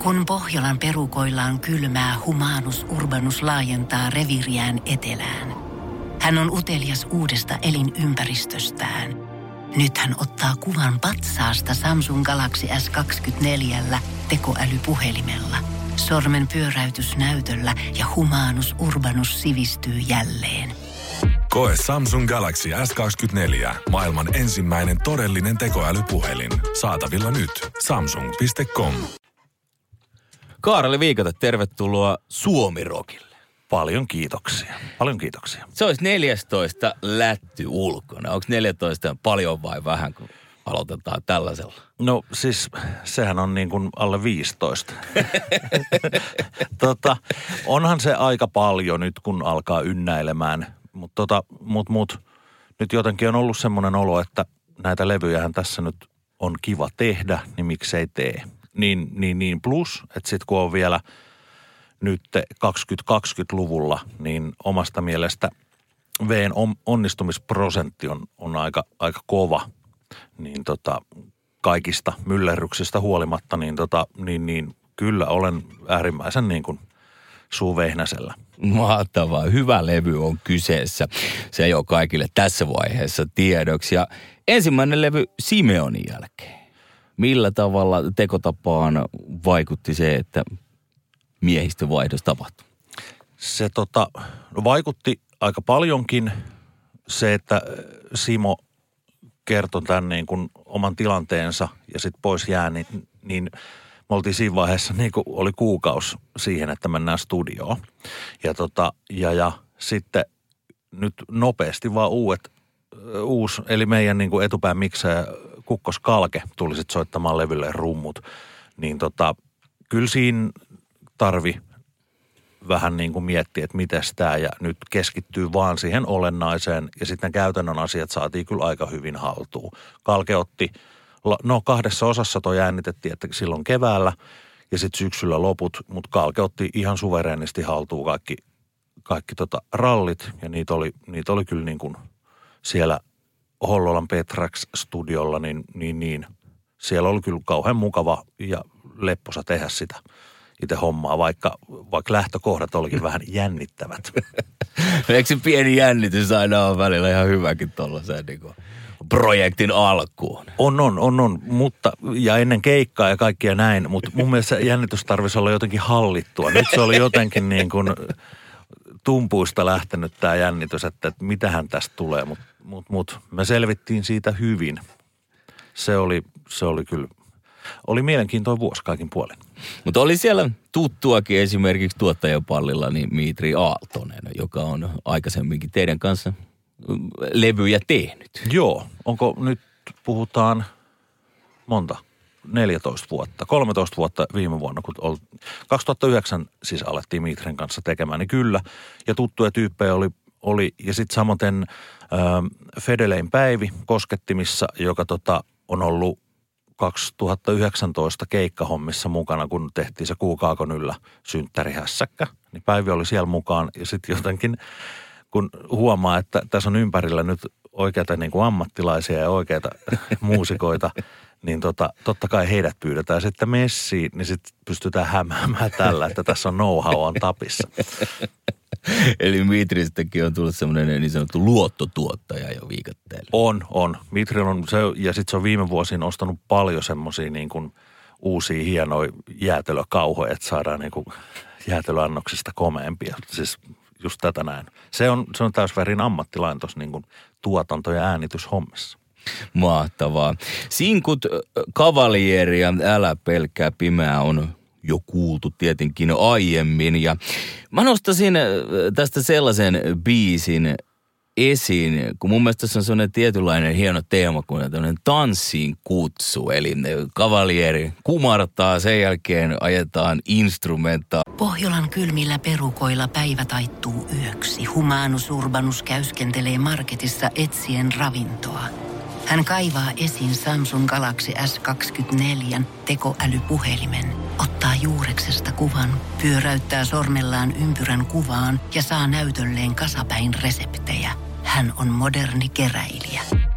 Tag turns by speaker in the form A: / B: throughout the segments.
A: Kun Pohjolan perukoillaan kylmää, Humanus Urbanus laajentaa reviiriään etelään. Hän on utelias uudesta elinympäristöstään. Nyt hän ottaa kuvan patsaasta Samsung Galaxy S24 tekoälypuhelimella. Sormen pyöräytys näytöllä ja Humanus Urbanus sivistyy jälleen.
B: Koe Samsung Galaxy S24. Maailman ensimmäinen todellinen tekoälypuhelin. Saatavilla nyt. Samsung.com.
C: Kaareli Viikata, tervetuloa Suomi-rokille.
D: Paljon kiitoksia. Paljon kiitoksia.
C: Se olisi 14 lätty ulkona. Onko 14 paljon vai vähän, kun aloitetaan tällaisella?
D: No siis sehän on niin kuin alle 15. Onhan se aika paljon nyt, kun alkaa ynnäilemään. Mutta nyt jotenkin on ollut semmoinen olo, että näitä levyjähän tässä nyt on kiva tehdä, niin miksei tee. Niin plus, että sitten kun on vielä nyt 2020-luvulla, niin omasta mielestä V:n onnistumisprosentti on aika kova. Niin kaikista myllerryksistä huolimatta, niin kyllä olen äärimmäisen niin kuin suuvehnäsellä.
C: Mahtavaa. Hyvä levy on kyseessä. Se jo kaikille tässä vaiheessa tiedoksi. Ja ensimmäinen levy Simeonin jälkeen. Millä tavalla tekotapaan vaikutti se, että miehistövaihdos tapahtui?
D: Se vaikutti aika paljonkin se, että Simo kertoi tämän niin kuin oman tilanteensa ja sitten pois jää, niin me oltiin siinä vaiheessa niin kuin oli kuukausi siihen, että mennään studioon. Ja sitten nyt nopeasti vaan uusi, eli meidän niin kuin etupään miksaaja Kukkos Kalke tuli sitten soittamaan levylle rummut. Niin kyllä siinä tarvi vähän niin kuin miettiä, että mites tää ja nyt keskittyy vaan siihen olennaiseen ja sitten käytännön asiat saatiin kyllä aika hyvin haltuun. Kalke otti, 2 osassa toi äänitettiin, että silloin keväällä ja sitten syksyllä loput, mutta Kalke otti ihan suvereenisti haltuun kaikki rallit ja niitä oli kyllä niin kuin siellä Hollolan Petrax-studiolla, niin siellä oli kyllä kauhean mukava ja lepposa tehdä sitä itse hommaa, vaikka lähtökohdat olikin vähän jännittävät.
C: Eikö se pieni jännitys aina ole välillä ihan hyväkin tuollaisen niin projektin alkuun?
D: On, mutta ja ennen keikkaa ja kaikkia näin, mutta mun mielestä jännitys tarvitsisi olla jotenkin hallittua. Nyt se oli jotenkin niin kuin tumpuista lähtenyt tämä jännitys, että mitähän tästä tulee, mutta me selvittiin siitä hyvin. Se oli kyllä, oli mielenkiintoinen vuosi kaikin puolin.
C: Mutta oli siellä tuttuakin esimerkiksi tuottajapallilla niin Mitri Aaltonen, joka on aikaisemminkin teidän kanssa levyjä tehnyt.
D: Joo, onko nyt puhutaan monta? 14 vuotta, 13 vuotta viime vuonna, kun 2009 siis alettiin Mitrin kanssa tekemään, niin kyllä. Ja tuttuja tyyppejä oli ja sitten samoin Fedelein Päivi Koskettimissa, joka on ollut 2019 keikkahommissa mukana, kun tehtiin se Kuukaakon yllä synttärihässäkkä. Niin Päivi oli siellä mukaan ja sitten jotenkin, kun huomaa, että tässä on ympärillä nyt oikeita niin kuin ammattilaisia ja oikeita muusikoita, niin totta kai heidät pyydetään sitten messiin, niin sitten pystytään hämäämään tällä, että tässä on know-how on tapissa.
C: Eli Mitristäkin on tullut semmoinen niin sanottu luottotuottaja jo viikatteelle.
D: On. Mitri on se, ja sitten se on viime vuosina ostanut paljon semmoisia niin kuin uusia hienoja jäätelökauhoja, että saadaan niin kuin jäätelöannoksista komeampia. Siis just tätä näin. Se on täysverin ammattilainen tuossa niin kuin tuotanto- ja äänityshommissa.
C: Mahtavaa. Sinkut Kavalieri ja Älä pelkää pimeää on jo kuultu tietenkin aiemmin. Ja mä nostasin tästä sellaisen biisin esiin, kun mun mielestä tässä on sellainen tietynlainen hieno teema, kun on tämmöinen tanssiin kutsu. Eli Kavalieri kumartaa, sen jälkeen ajetaan instrumentaa.
A: Pohjolan kylmillä perukoilla päivä taittuu yöksi. Humanus Urbanus käyskentelee marketissa etsien ravintoa. Hän kaivaa esiin Samsung Galaxy S24 tekoälypuhelimen, ottaa juureksesta kuvan, pyöräyttää sormellaan ympyrän kuvaan ja saa näytölleen kasapäin reseptejä. Hän on moderni keräilijä.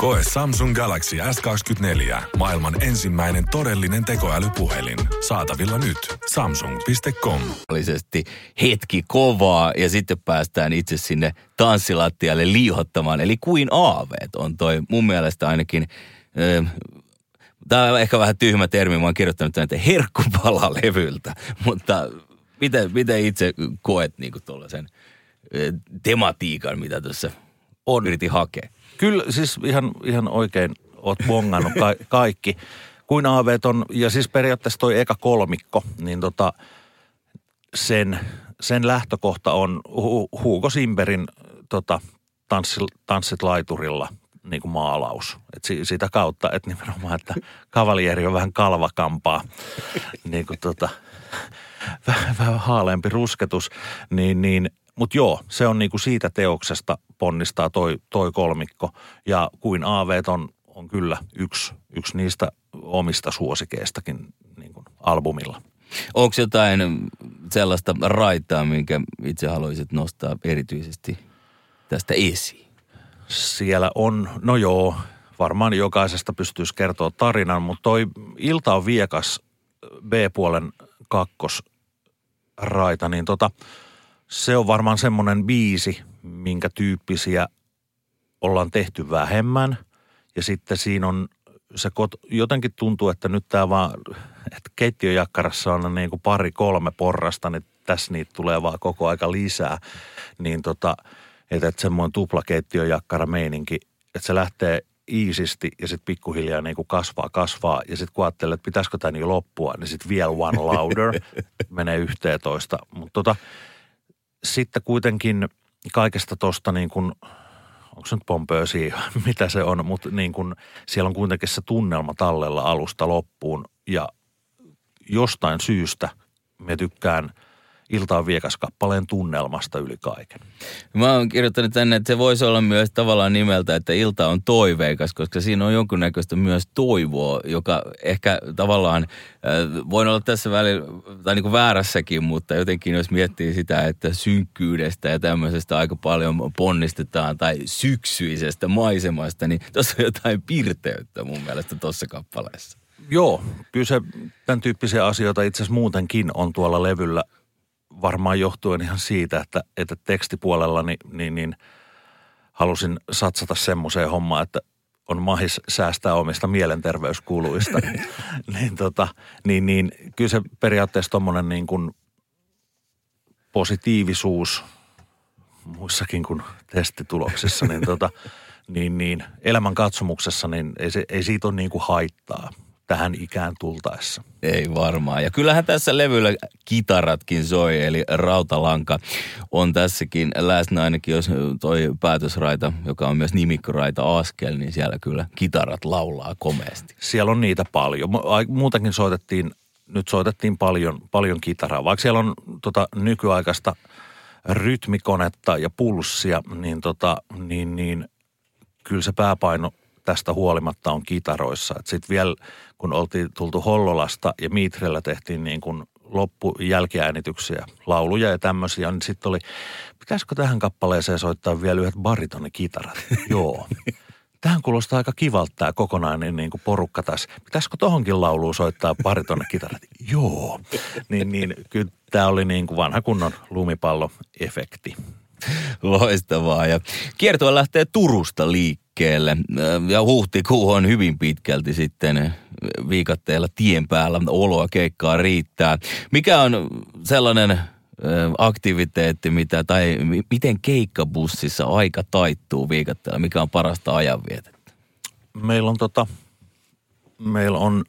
B: Koe Samsung Galaxy S24. Maailman ensimmäinen todellinen tekoälypuhelin. Saatavilla nyt. Samsung.com.
C: Hetki kovaa ja sitten päästään itse sinne tanssilattialle liihottamaan. Eli Queen Aaveet on toi mun mielestä ainakin... Tämä on ehkä vähän tyhmä termi, mä oon kirjoittanut näitä herkkupalalevyltä, mutta miten itse koet niinku tuollaisen tematiikan, mitä tuossa yritin hakea? Kyllä
D: siis ihan oikein oot bongannut kaikki. Kuin Aaveet on, ja siis periaatteessa toi eka kolmikko, niin sen lähtökohta on Hugo Simberin Tanssit laiturilla niin kuin maalaus. Et sitä kautta, että nimenomaan, että kavalieri on vähän kalvakampaa, niin kuin vähän haaleampi rusketus, mutta joo, se on niinku siitä teoksesta ponnistaa toi kolmikko. Ja Kuin Aaveet on kyllä yksi niistä omista suosikeistakin niinku albumilla.
C: Onko jotain sellaista raitaa, minkä itse haluaisit nostaa erityisesti tästä esiin?
D: Siellä on, no joo, varmaan jokaisesta pystyisi kertoa tarinan, mutta toi Ilta on viekas B-puolen kakkosraita, niin se on varmaan semmoinen biisi, minkä tyyppisiä ollaan tehty vähemmän. Ja sitten siinä on se jotenkin tuntuu, että nyt tämä vaan, että keittiöjakkarassa on niin kuin 2-3 porrasta, niin tässä niitä tulee vaan koko aika lisää. Niin että semmoinen tuplakeittiöjakkara meininki, että se lähtee iisisti ja sitten pikkuhiljaa niin kuin kasvaa. Ja sitten kun ajattelee, että pitäisikö tämä niin loppua, niin sitten vielä one louder menee 11. Mutta sitten kuitenkin kaikesta tosta niin kuin, onko se nyt pompöösiä, mitä se on, mutta niin kuin siellä on kuitenkin se tunnelma tallella alusta loppuun. Ja jostain syystä me tykkään Ilta on viekas -kappaleen tunnelmasta yli kaiken.
C: Mä oon kirjoittanut tänne, että se voisi olla myös tavallaan nimeltä, että Ilta on toiveikas, koska siinä on jonkunnäköistä myös toivoa, joka ehkä tavallaan voin olla tässä välillä, tai niin kuin väärässäkin, mutta jotenkin jos miettii sitä, että synkkyydestä ja tämmöisestä aika paljon ponnistetaan, tai syksyisestä maisemasta, niin tuossa on jotain pirteyttä mun mielestä tuossa kappaleessa.
D: Joo, kyllä se tämän tyyppisiä asioita itse asiassa muutenkin on tuolla levyllä. Varmaan johtuen ihan siitä, että tekstipuolella niin halusin satsata semmoiseen hommaan, että on mahis säästää omista mielenterveyskuluista. niin kyllä se periaatteessa tommonen niin kuin positiivisuus muissakin kuin testituloksissa, niin elämän katsomuksessa niin ei siitä ole niin kuin haittaa tähän ikään tultaessa.
C: Ei varmaan. Ja kyllähän tässä levyllä kitaratkin soi, eli rautalanka on tässäkin läsnä ainakin, jos toi päätösraita, joka on myös nimikkoraita Askel, niin siellä kyllä kitarat laulaa komeasti.
D: Siellä on niitä paljon. Muutenkin soitettiin paljon kitaraa. Vaikka siellä on nykyaikaista rytmikonetta ja pulssia, niin kyllä se pääpaino tästä huolimatta on kitaroissa. Sitten vielä, kun oltiin tultu Hollolasta ja Miitrellä tehtiin niin kuin loppujälkiäänityksiä, lauluja ja tämmöisiä, niin sitten oli, pitäisikö tähän kappaleeseen soittaa vielä yhdet baritonikitarat? Joo. Tähän kuulostaa aika kivalta tämä kokonainen niin kuin porukka tässä. Pitäisikö tohonkin lauluun soittaa baritonikitarat? Joo. Niin kyllä tämä oli niin kuin vanha kunnon lumipalloefekti.
C: Loistavaa. Ja kiertue lähtee Turusta liikkeelle ja huhtikuu on hyvin pitkälti sitten viikatteella tien päällä. Oloa, keikkaa riittää. Mikä on sellainen aktiviteetti, miten keikkabussissa aika taittuu viikatteella? Mikä on parasta ajanvietettä?
D: Meillä on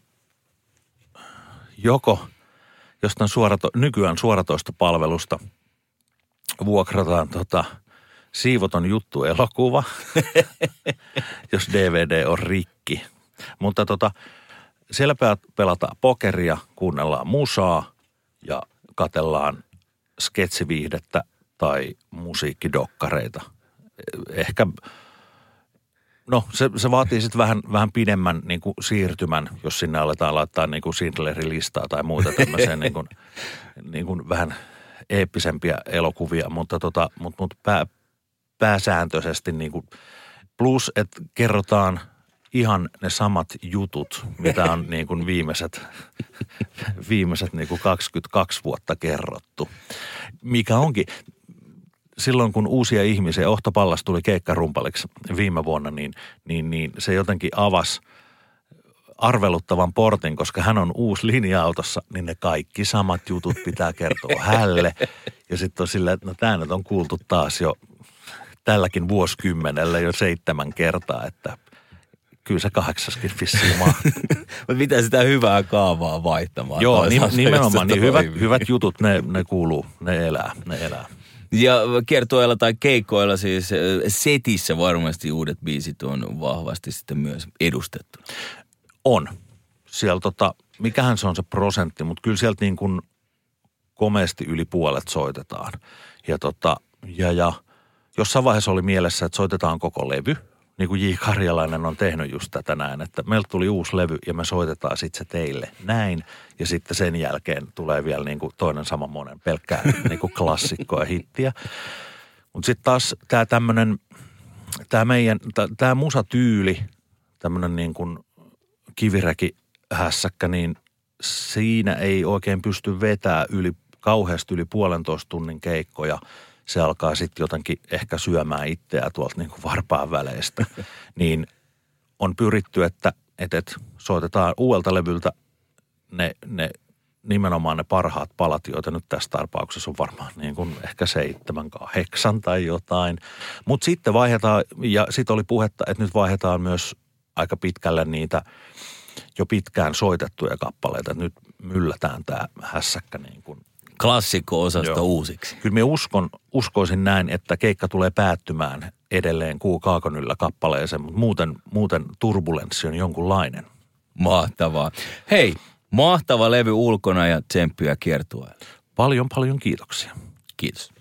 D: joko jostain nykyään suoratoistopalvelusta vuokrataan siivoton juttu elokuva, jos DVD on rikki. Mutta siellä pelataan pokeria, kuunnellaan musaa ja katellaan sketsiviihdettä tai musiikkidokkareita. Ehkä, no se vaatii sitten vähän pidemmän niin kuin siirtymän, jos sinne aletaan laittaa niin kuin Schindlerin listaa tai muuta tämmöiseen niin kuin vähän eeppisempiä elokuvia, mutta pääsääntöisesti niin kuin Plus, että kerrotaan ihan ne samat jutut, mitä on niin kuin viimeiset niin kuin 22 vuotta kerrottu. Mikä onkin, silloin kun uusia ihmisiä, Ohto Pallas tuli keikkarumpaliksi viime vuonna, niin se jotenkin avasi arveluttavan portin, koska hän on uusi linja-autossa, niin ne kaikki samat jutut pitää kertoa hälle. Ja sitten on silleen, että no tämä nyt on kuultu taas jo tälläkin vuosikymmenellä jo 7 kertaa, että kyllä se 8 vissiin mahtuu.
C: Mutta mitä sitä hyvää kaavaa vaihtamaan?
D: Joo, nimenomaan. Niin hyvät jutut, ne kuuluu, ne elää.
C: Ja kiertueella tai keikoilla siis setissä varmasti uudet biisit on vahvasti sitten myös edustettu.
D: On. Siellä mikähän se on se prosentti, mutta kyllä sieltä niin kuin komeasti yli puolet soitetaan. Ja jossain vaiheessa oli mielessä, että soitetaan koko levy. Niin kuin J. Karjalainen on tehnyt just tätä näin, että meiltä tuli uusi levy ja me soitetaan sitten se teille näin. Ja sitten sen jälkeen tulee vielä niin kuin toinen sama monen pelkkää niin kuin klassikkoa ja hittiä. Mutta sitten taas tämä musatyyli, tämmöinen niin kuin kiviräkihässäkkä, niin siinä ei oikein pysty vetämään kauheasti yli 1,5 tunnin keikkoja. Se alkaa sitten jotenkin ehkä syömään itseään tuolta niin kuin varpaan väleistä. Niin on pyritty, että soitetaan uudelta levyltä nimenomaan ne parhaat palat, joita nyt tässä tapauksessa on varmaan niin kuin ehkä 7, 8 tai jotain. Mutta sitten vaihdetaan, ja sitten oli puhetta, että nyt vaihdetaan myös aika pitkälle niitä jo pitkään soitettuja kappaleita. Nyt myllätään tämä hässäkkä niin kuin
C: klassikko-osasta uusiksi.
D: Kyllä minä uskoisin näin, että keikka tulee päättymään edelleen Kuu Kaakonyllä kappaleeseen, mutta muuten turbulenssi on jonkunlainen.
C: Mahtavaa. Hei, mahtava levy ulkona ja tsemppiä kiertueelle.
D: Paljon kiitoksia.
C: Kiitos.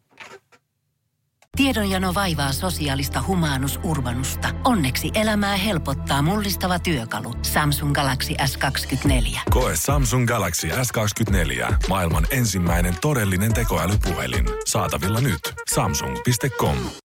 A: Tiedonjano vaivaa sosiaalista humanus urbanusta. Onneksi elämää helpottaa mullistava työkalu. Samsung Galaxy S24.
B: Koe Samsung Galaxy S24. Maailman ensimmäinen todellinen tekoälypuhelin. Saatavilla nyt. Samsung.com.